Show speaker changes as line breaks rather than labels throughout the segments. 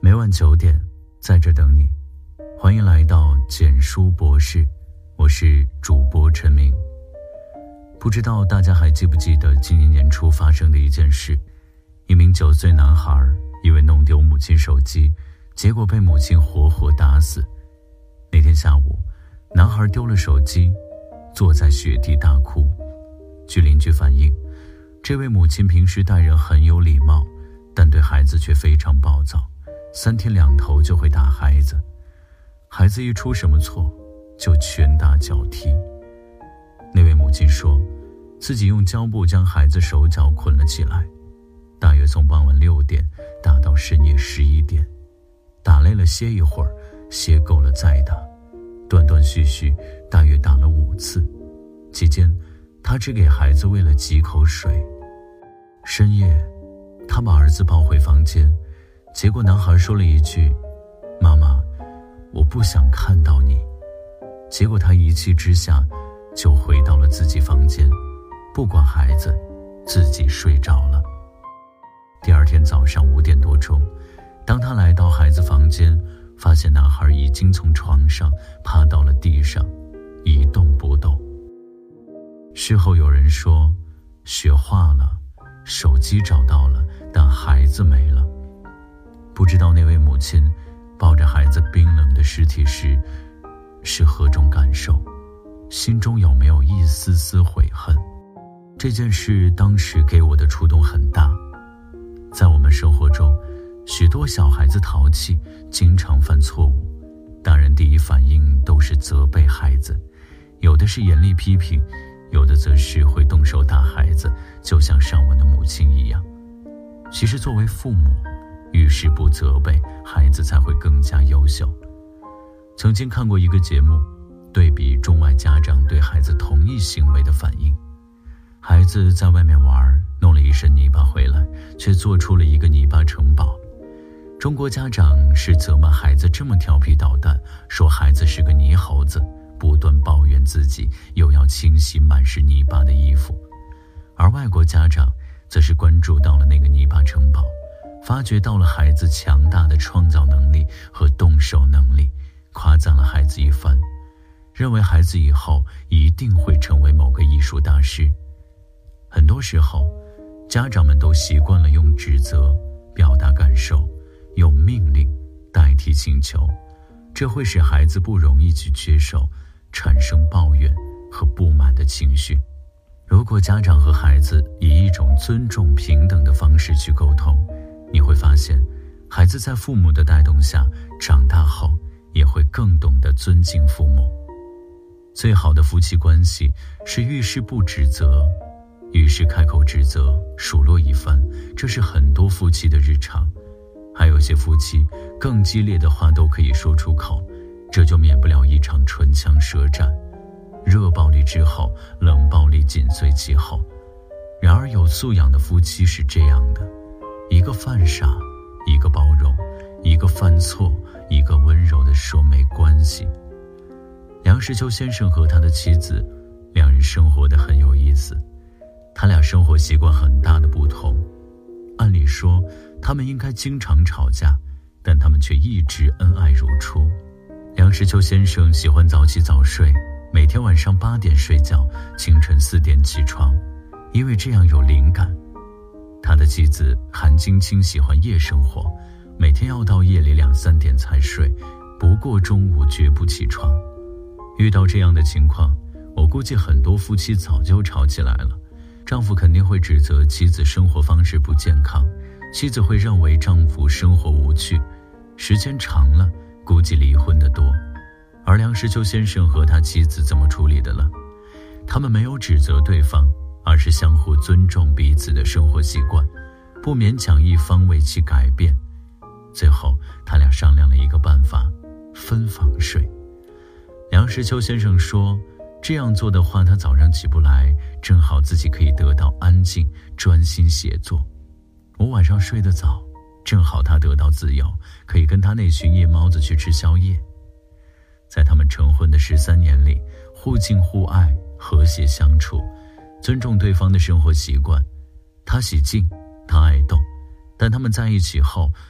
每晚9点，在这等你。欢迎来到简书博士，我是主播陈明。不知道大家还记不记得今年年初发生的一件事，一名9岁男孩因为弄丢母亲手机，结果被母亲活活打死。那天下午，男孩丢了手机，坐在雪地大哭。据邻居反映，这位母亲平时待人很有礼貌，但对孩子却非常暴躁，3天2头就会打孩子，孩子一出什么错就拳打脚踢。那位母亲说，自己用胶布将孩子手脚捆了起来，大约从傍晚6点打到深夜11点，打累了歇一会儿，歇够了再打，断断续续大约打了5次。期间他只给孩子喂了几口水。深夜他把儿子抱回房间，结果男孩说了一句，妈妈，我不想看到你。结果他一气之下就回到了自己房间，不管孩子，自己睡着了。第二天早上5点多钟，当他来到孩子房间，发现男孩已经从床上趴到了地上，一动不动。事后有人说，雪化了，手机找到了，但孩子没了。不知道那位母亲抱着孩子冰冷的尸体时是何种感受，心中有没有一丝丝悔恨。这件事当时给我的触动很大。在我们生活中，许多小孩子淘气，经常犯错误，大人第一反应都是责备孩子，有的是严厉批评，有的则是会动手打孩子，就像上文的母亲一样。其实作为父母，遇事不责备，孩子才会更加优秀。曾经看过一个节目，对比中外家长对孩子同一行为的反应。孩子在外面玩，弄了一身泥巴回来，却做出了一个泥巴城堡。中国家长是责骂孩子这么调皮捣蛋，说孩子是个泥猴子，不断抱怨自己，又要清洗满是泥巴的衣服。而外国家长则是关注到了那个泥巴城堡，发掘到了孩子强大的创造能力和动手能力，夸赞了孩子一番，认为孩子以后一定会成为某个艺术大师。很多时候，家长们都习惯了用指责表达感受，用命令代替请求，这会使孩子不容易去接受，产生抱怨和不满的情绪。如果家长和孩子以一种尊重平等的方式去沟通，你会发现孩子在父母的带动下长大后也会更懂得尊敬父母。最好的夫妻关系是遇事不指责，遇事开口指责，数落一番，这是很多夫妻的日常。还有些夫妻更激烈的话都可以说出口，这就免不了一场唇枪舌战。热暴力之后，冷暴力紧随其后。然而有素养的夫妻是这样的，一个犯傻，一个包容，一个犯错，一个温柔地说没关系。梁实秋先生和他的妻子，两人生活得很有意思。他俩生活习惯很大的不同，按理说他们应该经常吵架，但他们却一直恩爱如初。梁实秋先生喜欢早起早睡，每天晚上8点睡觉，清晨4点起床，因为这样有灵感。他的妻子韩晶晶喜欢夜生活，每天要到夜里2、3点才睡，不过中午绝不起床。遇到这样的情况，我估计很多夫妻早就吵起来了。丈夫肯定会指责妻子生活方式不健康，妻子会认为丈夫生活无趣，时间长了估计离婚的多。而梁实秋先生和他妻子怎么处理的了？他们没有指责对方，而是相互尊重彼此的生活习惯，不勉强一方为其改变。最后他俩商量了一个办法，分房睡。梁实秋先生说，这样做的话他早上起不来，正好自己可以得到安静专心写作。我晚上睡得早，正好他得到自由，可以跟他那群夜猫子去吃宵夜。在他们成婚的13年里，互敬互爱，和谐相处，尊重对方的生活习惯。他喜静，他爱动，但他们在一起后，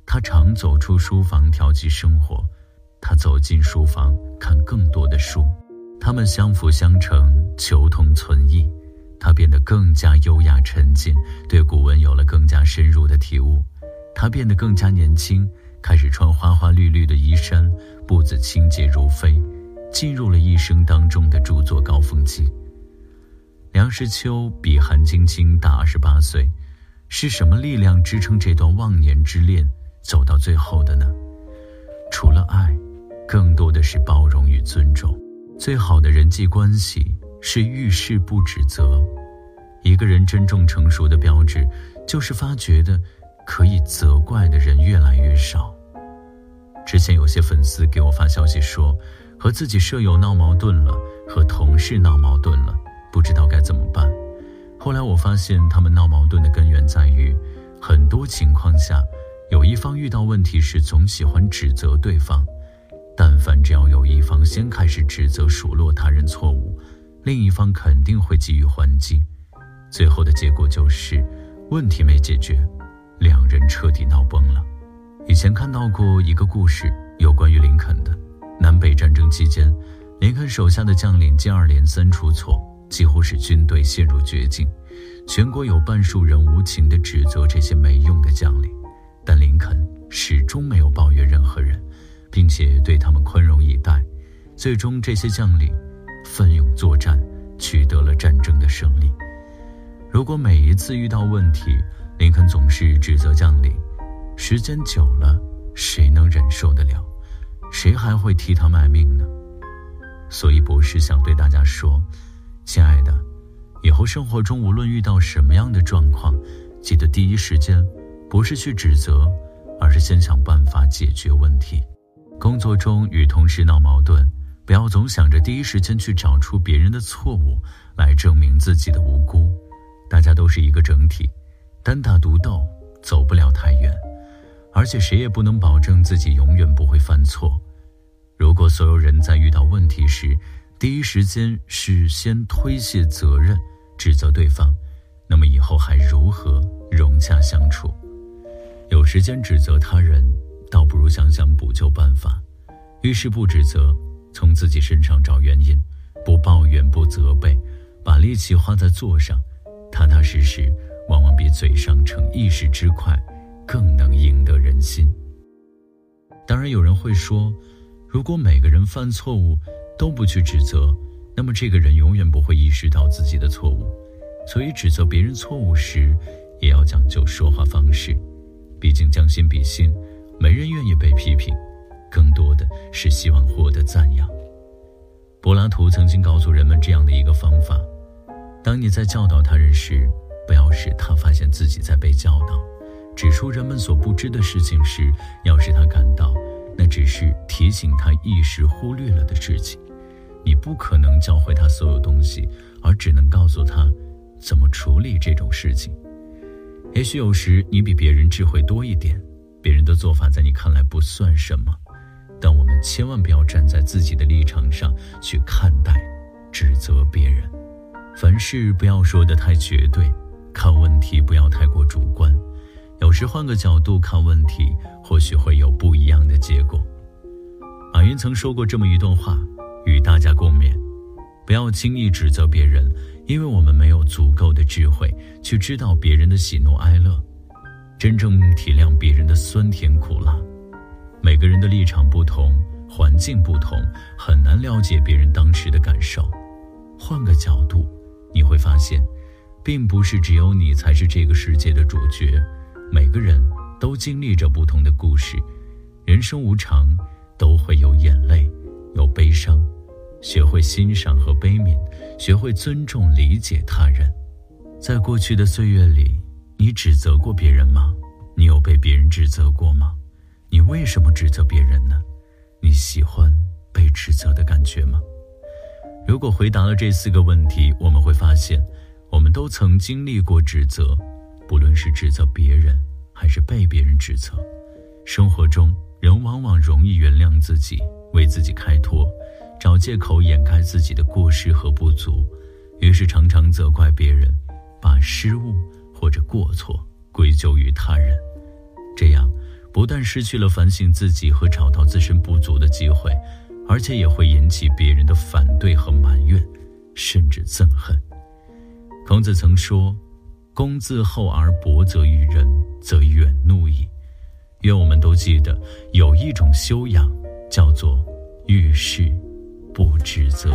他常走出书房调剂生活，他走进书房看更多的书，他们相辅相成，求同存异。他变得更加优雅沉静，对古文有了更加深入的体悟。他变得更加年轻，开始穿花花绿绿的衣衫，步子清洁如飞，进入了一生当中的著作高峰期。梁实秋比韩晶晶大28岁，是什么力量支撑这段忘年之恋走到最后的呢？除了爱，更多的是包容与尊重。最好的人际关系是遇事不指责。一个人真正成熟的标志，就是发觉的可以责怪的人越来越少。之前有些粉丝给我发消息说，和自己舍友闹矛盾了，和同事闹矛盾了，不知道该怎么办。后来我发现他们闹矛盾的根源在于，很多情况下有一方遇到问题时总喜欢指责对方，但凡只要有一方先开始指责数落他人错误，另一方肯定会给予还击，最后的结果就是问题没解决，两人彻底闹崩了。以前看到过一个故事，有关于林肯的。南北战争期间，林肯手下的将领接二连三出错，几乎使军队陷入绝境。全国有半数人无情地指责这些没用的将领，但林肯始终没有抱怨任何人，并且对他们宽容以待。最终这些将领奋勇作战，取得了战争的胜利。如果每一次遇到问题，林肯总是指责将领，时间久了，谁能忍受得了？谁还会替他卖命呢？所以博士想对大家说，亲爱的，以后生活中无论遇到什么样的状况，记得第一时间不是去指责，而是先想办法解决问题。工作中与同事闹矛盾，不要总想着第一时间去找出别人的错误来证明自己的无辜。大家都是一个整体，单打独斗走不了太远，而且谁也不能保证自己永远不会犯错。如果所有人在遇到问题时第一时间是先推卸责任，指责对方，那么以后还如何融洽相处？有时间指责他人，倒不如想想补救办法。遇事不指责，从自己身上找原因，不抱怨不责备，把力气花在做上，踏踏实实往往比嘴上逞一时之快更能赢得人心。当然有人会说，如果每个人犯错误都不去指责，那么这个人永远不会意识到自己的错误。所以指责别人错误时，也要讲究说话方式。毕竟将心比心，没人愿意被批评，更多的是希望获得赞扬。柏拉图曾经告诉人们这样的一个方法，当你在教导他人时，不要使他发现自己在被教导，指出人们所不知的事情时，要使他感到那只是提醒他一时忽略了的事情。你不可能教会他所有东西，而只能告诉他怎么处理这种事情。也许有时你比别人智慧多一点，别人的做法在你看来不算什么，但我们千万不要站在自己的立场上去看待、指责别人。凡事不要说得太绝对，看问题不要太过主观，有时换个角度看问题，或许会有不一样的结果。马云曾说过这么一段话，与大家共勉：不要轻易指责别人，因为我们没有足够的智慧去知道别人的喜怒哀乐，真正体谅别人的酸甜苦辣。每个人的立场不同，环境不同，很难了解别人当时的感受。换个角度，你会发现，并不是只有你才是这个世界的主角，每个人都经历着不同的故事。人生无常，都会有眼泪，有悲伤。学会欣赏和悲悯，学会尊重理解他人。在过去的岁月里，你指责过别人吗？你有被别人指责过吗？你为什么指责别人呢？你喜欢被指责的感觉吗？如果回答了这4个问题，我们会发现，我们都曾经历过指责，不论是指责别人，还是被别人指责。生活中，人往往容易原谅自己，为自己开脱，找借口掩盖自己的过失和不足，于是常常责怪别人，把失误或者过错归咎于他人。这样不不但失去了反省自己和找到自身不足的机会，而且也会引起别人的反对和埋怨，甚至憎恨。孔子曾说，公自厚而薄责于人，则远怒矣。愿我们都记得，有一种修养叫做遇事不指责。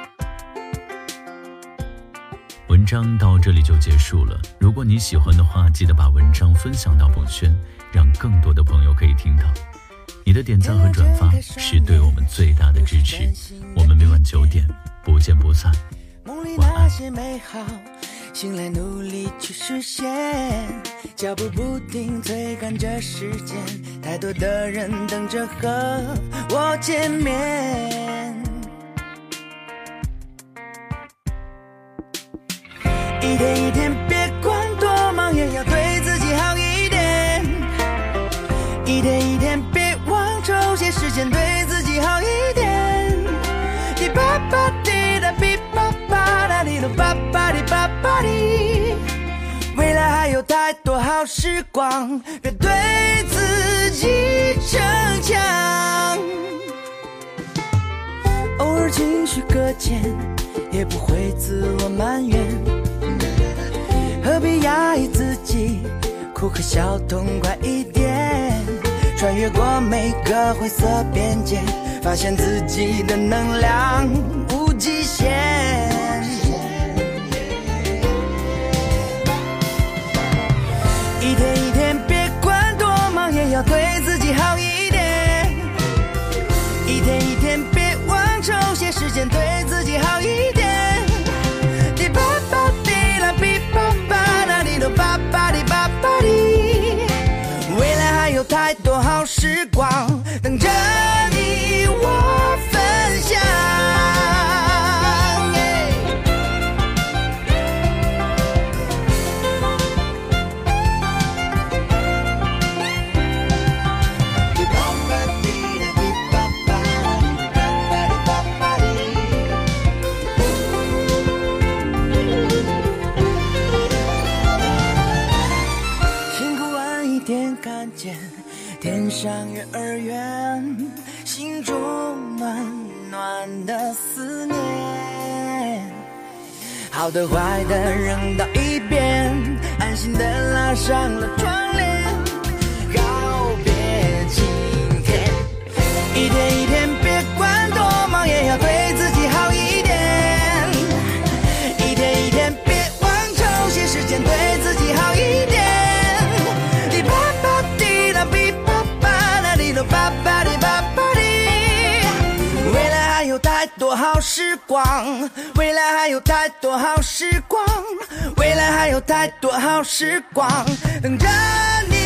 文章到这里就结束了，如果你喜欢的话，记得把文章分享到朋友圈，让更多的朋友可以听到。你的点赞和转发是对我们最大的支持。我们每晚9点不见不散。
梦里那些美好，醒来努力去实现，脚步不停催赶着时间，太多的人等着和我见面。一天一天，别管多忙，也要对自己好一点。一天一天，别忘抽些时间对自己好一点。滴吧吧滴答哔吧吧哒滴咚吧吧滴吧吧滴。未来还有太多好时光，别对自己逞强。偶尔情绪搁浅，也不会自我埋怨。何必压抑自己，哭和笑痛快一点。穿越过每个灰色边界，发现自己的能量无极限。一天一天，别管多忙，也要对自己好一点。一天一天，别忘抽些时间对自己好一点。滴吧吧滴啦哔吧吧啦滴咚吧吧滴吧吧滴。未来还有太多好时光等着你我分享。看见天上月儿圆，心中暖暖的思念。好的坏的扔到一边，安心的拉上了窗帘，告别今天。一天一天，别管多忙，也要对自己好一点。一天一天，别忘抽些时间对自己好一点。吧吧滴吧吧滴，未来还有太多好时光，未来还有太多好时光，未来还有太多好时光等着你。